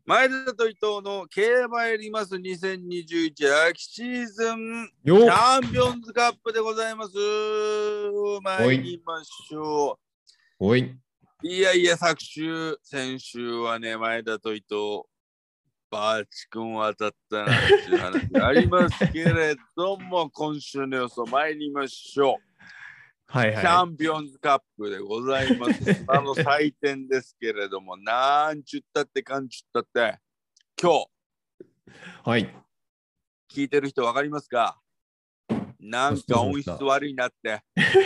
前田と伊藤の競馬やります2021秋シーズンチよっャンピオンズカップでございます。参りましょおい。 う。いやいや、先週はね、前田と伊藤、バーチ君は当たったなっていう話ありますけれども、今週の予想参りましょう。 はいチャはンピオンズカップでございます。砂の祭典ですけれども、なんちゅったってかんちゅったって、今日、 い。はい。 聞いてる人分かりますか？なんか音質悪いなって、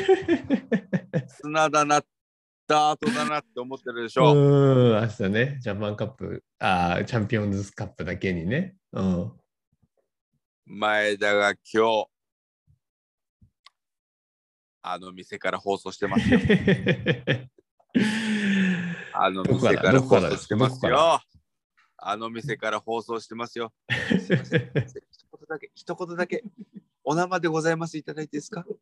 砂だなった後だなって思ってるでしょ。 明日ね、ジャパンカップ、チャンピオンズカップだけにね。 前田が今日、あの店から放送してますよ。あの店から放送してますよ。あの店から放送してますよ。すいません。一言だけ、お生でございますいただいていいですか？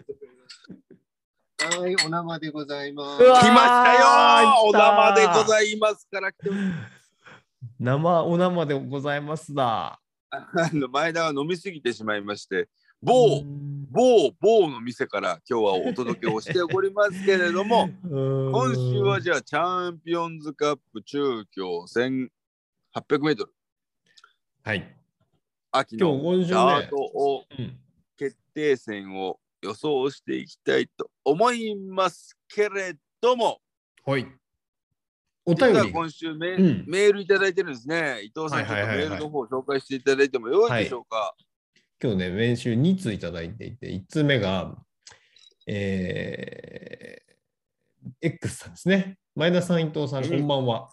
はい、お生でございます。 来ましたよ。お生でございますから来ております。 お生でございますだ。 前田は飲みすぎてしまいまして、某の店から今日はお届けをしておりますけれども、今週はじゃあチャンピオンズカップ中京1800メートル。 はい。 秋のダートを決定戦を予想していきたいと思いますけれども、 はい。お便り今週メールいただいてるんですね。伊藤さん、ちょっとメールの方を紹介していただいてもよいでしょうか。 今日ね、メール週2通いただいていて、1通目が、X さんですね。前田さん、伊藤さん、こんばんは。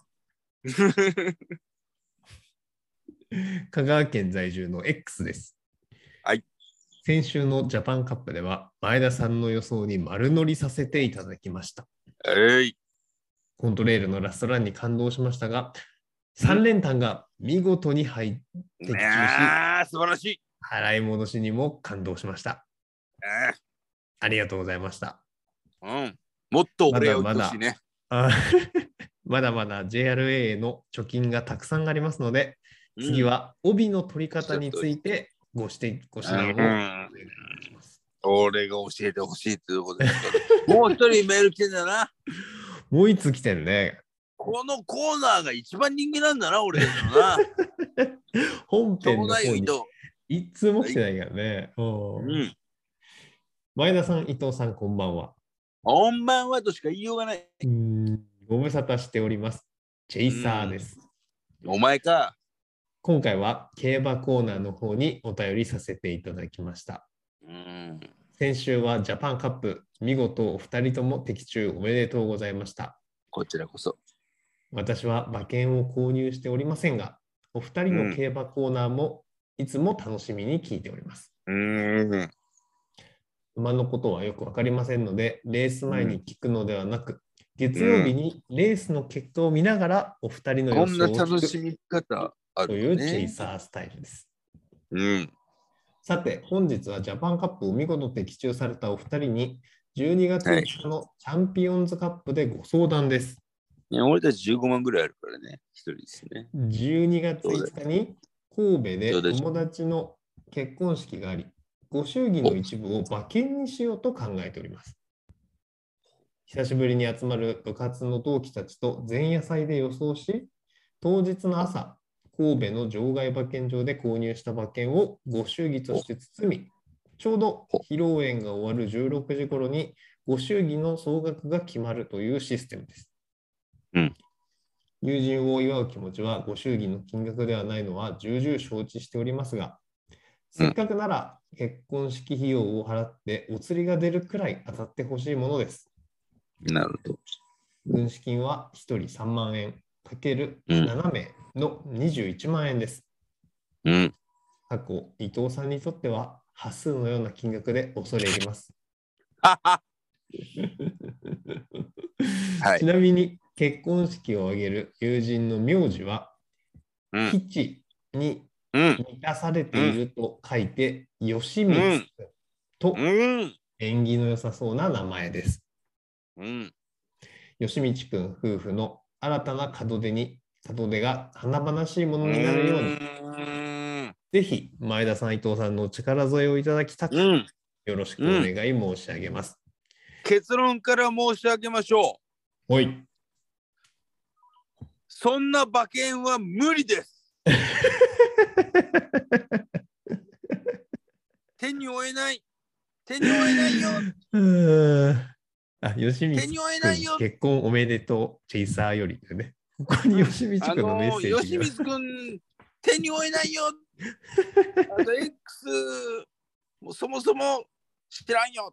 香川県在住の X です。 はい。 先週のジャパンカップでは、前田さんの予想に丸乗りさせていただきました。コントレールのラストランに感動しましたが、3連単が見事に的中し、 素晴らしい。 払い戻しにも感動しました。ありがとうございました。 もっとお礼を言ってほしいね。 まだまだ JRA への貯金がたくさんありますので、次は帯の取り方についてご指導をお願いします。 俺が教えてほしいということですから。もう一人メール来てんだな。 もう一つ来てるね。 このコーナーが一番人気なんだな、俺たちのな。 本編の方に一通も来てないからね。前田さん、伊藤さん、こんばんは。 こんばんはとしか言いようがない。 ご無沙汰しております。チェイサーです。 お前か。 今回は競馬コーナーの方にお便りさせていただきました。先週はジャパンカップ、見事お二人とも的中おめでとうございました。 こちらこそ。 私は馬券を購入しておりませんが、お二人の競馬コーナーもいつも楽しみに聞いております。馬のことはよくわかりませんので、レース前に聞くのではなく、月曜日にレースの結果を見ながらお二人の予想を聞く。 こんな楽しみ方ある、ね、 というチェイサースタイルです。さて、本日はジャパンカップを見事的中されたお二人に、12月5日のチャンピオンズカップでご相談です。 俺たち15万ぐらいあるからね、一人ですね。 12月5日に神戸で友達の結婚式があり、ご祝儀の一部を馬券にしようと考えております。久しぶりに集まる部活の同期たちと前夜祭で予想し、当日の朝、神戸の場外馬券場で購入した馬券をご祝儀として包み、ちょうど披露宴が終わる16時頃にご祝儀の総額が決まるというシステムです。友人を祝う気持ちはご祝儀の金額ではないのは重々承知しておりますが、せっかくなら結婚式費用を払ってお釣りが出るくらい当たってほしいものです。 なるほど。 軍資金は1人3万円かける7名の21万円です。過去、伊藤さんにとっては端数のような金額で恐れ入ります。ちなみに結婚式を挙げる友人の名字は、吉に満たされていると書いて、吉光と縁起の良さそうな名前です。吉道くん夫婦の新たな門出に里出が華々しいものになるように、ぜひ前田さん、伊藤さんのお力添えをいただきたく、よろしくお願い申し上げます。 結論から申し上げましょう。はい。 そんな馬券は無理です。手に負えない。手に負えないよ。 吉光君、結婚おめでとう、チェイサーよりね。ここに吉光君のメッセージが。 吉光君、手に負えないよ。あと X、もうそもそも知らんよ。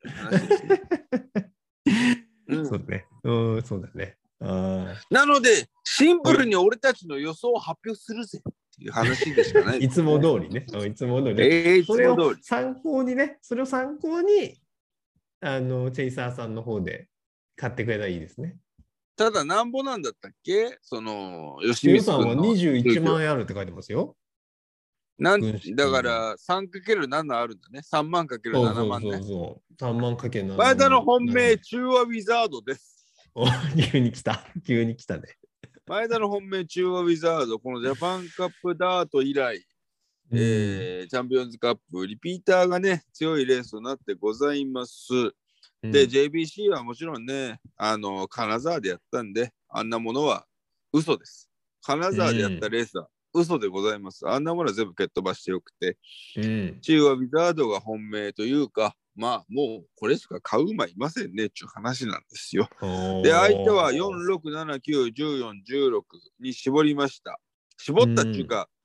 そうね。そうだね。 なので、シンプルに俺たちの予想を発表するぜっていう話でしかない、 いつも通りね。いつも通り。それを参考にね、チェイサーさんの方で買ってくれたらいいですね。 ただ、なんぼなんだったっけその、吉光さんは21万円あるって書いてますよ。 だから 3×7 あるんだね。3万 ×7 万ね。 そう3万 ×7 万。 前田の本命、中和ウィザードです。 急に来たね。 前田の本命、中和ウィザード、このジャパンカップダート以来、チャンピオンズカップ、リピーターがね、強いレースとなってございます。で、JBC はもちろんね、金沢でやったんで、あんなものは嘘です。金沢でやったレースは嘘でございます。あんなものは全部蹴っ飛ばしてよくて、中和ウィザードが本命というか、まあ、もうこれしか買う馬いませんねっていう話なんですよ。で、相手は4、6、7、9、14、16に絞りました。絞ったっていうか、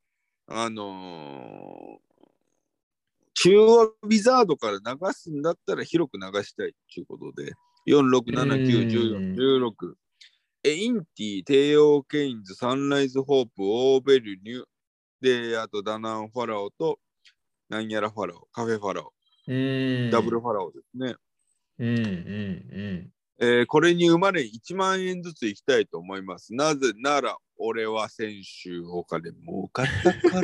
中央ウィザードから流すんだったら広く流したいということで、4、6、7、9、14、16。インティ、帝王ケインズ、サンライズホープ、オーベルニュ、で、あとダナンファラオと、なんやらファラオ、カフェファラオ、ダブルファラオですね。これに生まれ1万円ずついきたいと思います。なぜなら、俺は先週お金儲かったから。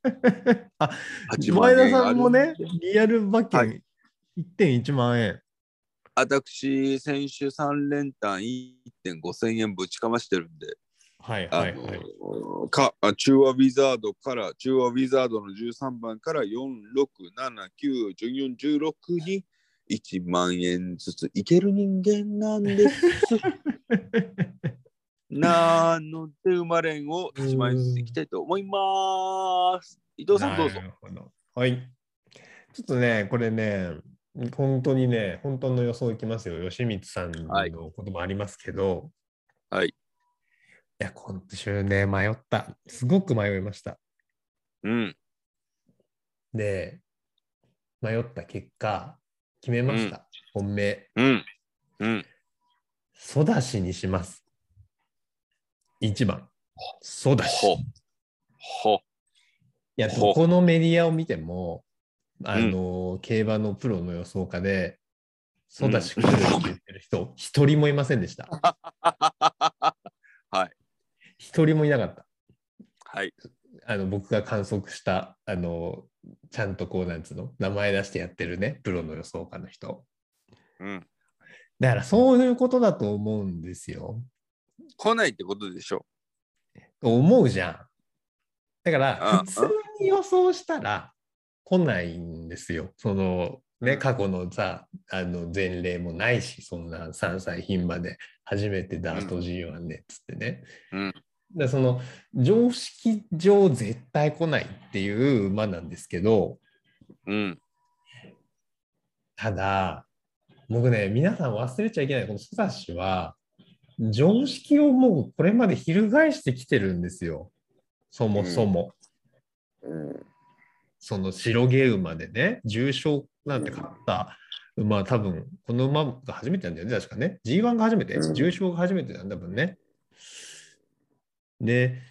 前田さんもね、リアル馬券 1.1 万円。 私、先週3連単 1.5 千円ぶちかましてるんで、中和ウィザードの13番から4、6、7、9、14、16に1万円ずついける人間なんです。なので、生まれんを1万円ずついきたいと思います。伊藤さんどうぞ。 はい。ちょっとね、これね、本当にね、本当の予想いきますよ。吉光さんのこともありますけど、 はい。いや、今週ね、迷った。すごく迷いました。で、迷った結果、決めました。本命。ソダシにします。1番。ソダシ。いや、どこのメディアを見ても、競馬のプロの予想家で、ソダシ来るって言ってる人、一人もいませんでした。 はい。 一人もいなかった。 はい。 僕が観測した、ちゃんとこう、なんつうの、名前出してやってるね、プロの予想家の人。だから、そういうことだと思うんですよ。 来ないってことでしょ。 思うじゃん。だから、普通に予想したら、来ないんですよ。そのね、過去のさ、前例もないし、そんな3歳牝馬で初めてダート G1 ねっつってね。だその常識上絶対来ないっていう馬なんですけど、ただ、僕ね、皆さん忘れちゃいけない、このソダシは、常識をもうこれまで翻してきてるんですよ。そもそも。その白毛馬でね、重賞なんて勝った馬、多分この馬が初めてなんだよね、確かね。G1 が初めて、重賞が初めてなんだもんね。で、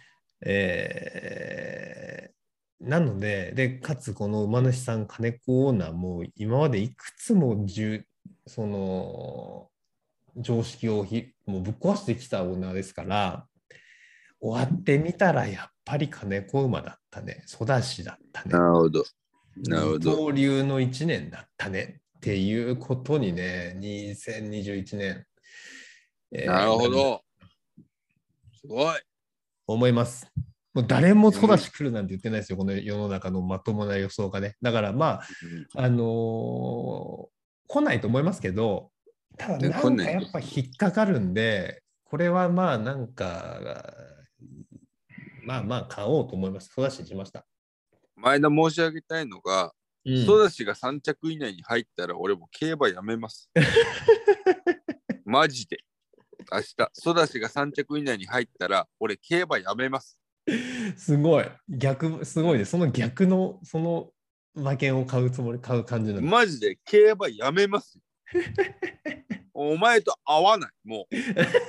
なので、かつこの馬主さん、金子オーナーも今までいくつもその常識をもうぶっ壊してきたオーナーですから、終わってみたらやっぱり金子馬だったね。ソダシだったね。 なるほど。 二刀流の1年だったねっていうことにね、2021年。 なるほど。 すごい。 思います。もう誰もソダシ来るなんて言ってないですよ、この世の中のまともな予想がね。だからまあ、来ないと思いますけど、ただなんかやっぱ引っかかるんで、これはまあなんか、まあ買おうと思います。ソダシにしました。 前田申し上げたいのが、ソダシが3着以内に入ったら俺も競馬やめます。マジで。明日、ソダシが3着以内に入ったら俺競馬やめます。 すごい。すごいね。その逆の、その馬券を買う感じなんだ。 マジで競馬やめます。お前と会わない、もう。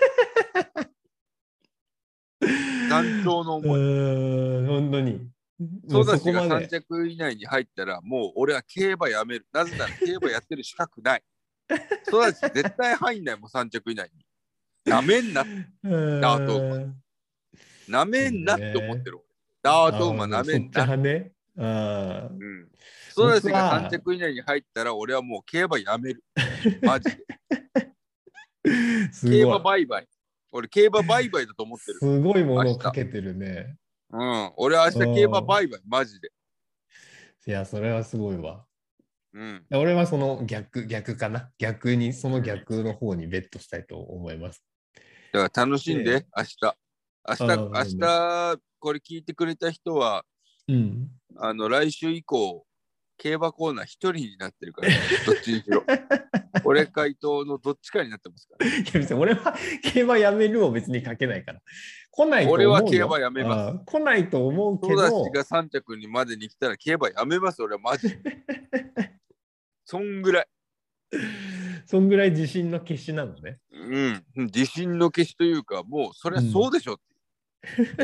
団長の思い。 本当に。 ソダシが3着以内に入ったら、もう俺は競馬やめる。なぜなら競馬やってる資格ない。ソダシ絶対入んないもん、3着以内に。なめんな。ダート馬。なめんなって思ってる。ダート馬なめんな。ソダシが3着以内に入ったら、俺はもう競馬やめる。マジで。競馬売買。俺、競馬売買だと思ってる。 すごいものをかけてるね。 俺は明日競馬売買、マジで。 いや、それはすごいわ。俺はその逆かな。逆に、その逆の方にベットしたいと思います。 だから楽しんで、明日。明日、これ聞いてくれた人は、来週以降、競馬コーナー一人になってるから、どっちにしろ。俺回答のどっちかになってますから。 いや別に俺は競馬やめるを別にかけないから。来ないと思うよ。 俺は競馬やめます。 来ないと思うけど。 ソダシが3着にまでに来たら競馬やめます、俺はマジで。そんぐらい。 そんぐらい自信の結晶なのね。 自信の結晶というか、もうそれはそうでしょって。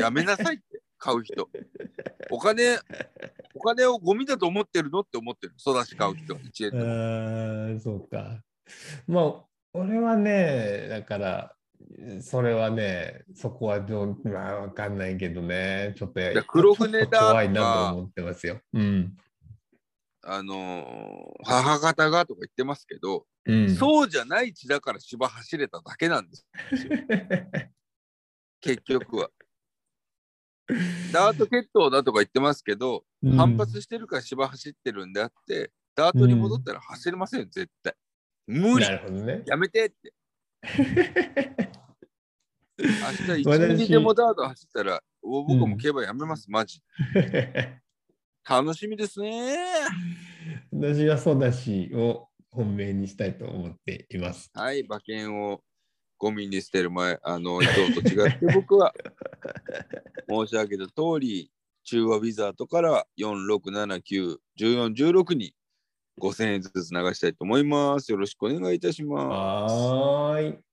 やめなさいって、買う人。お金をゴミだと思ってるのって思ってる。ソダシ買う人は1円でも。 そうか。まあ、俺はね、だから、それはね、そこはわかんないけどね、ちょっと黒船だ怖いなと思ってますよ。 母方がとか言ってますけど、そうじゃない地だから芝走れただけなんですよ。結局は。ダート決闘だとか言ってますけど、反発してるから芝走ってるんであって、ダートに戻ったら走れませんよ、絶対。無理。 なるほどね。 やめてって。明日1ミリでもダート走ったら、僕も競馬やめます、マジ。楽しみですね。 私はソダシを本命にしたいと思っています。 はい、馬券をゴミに捨てる前、伊藤と違って僕は申し上げた通り、中和ウィザードから4679、14、16に5000円ずつ流したいと思います。よろしくお願いいたします。 はい。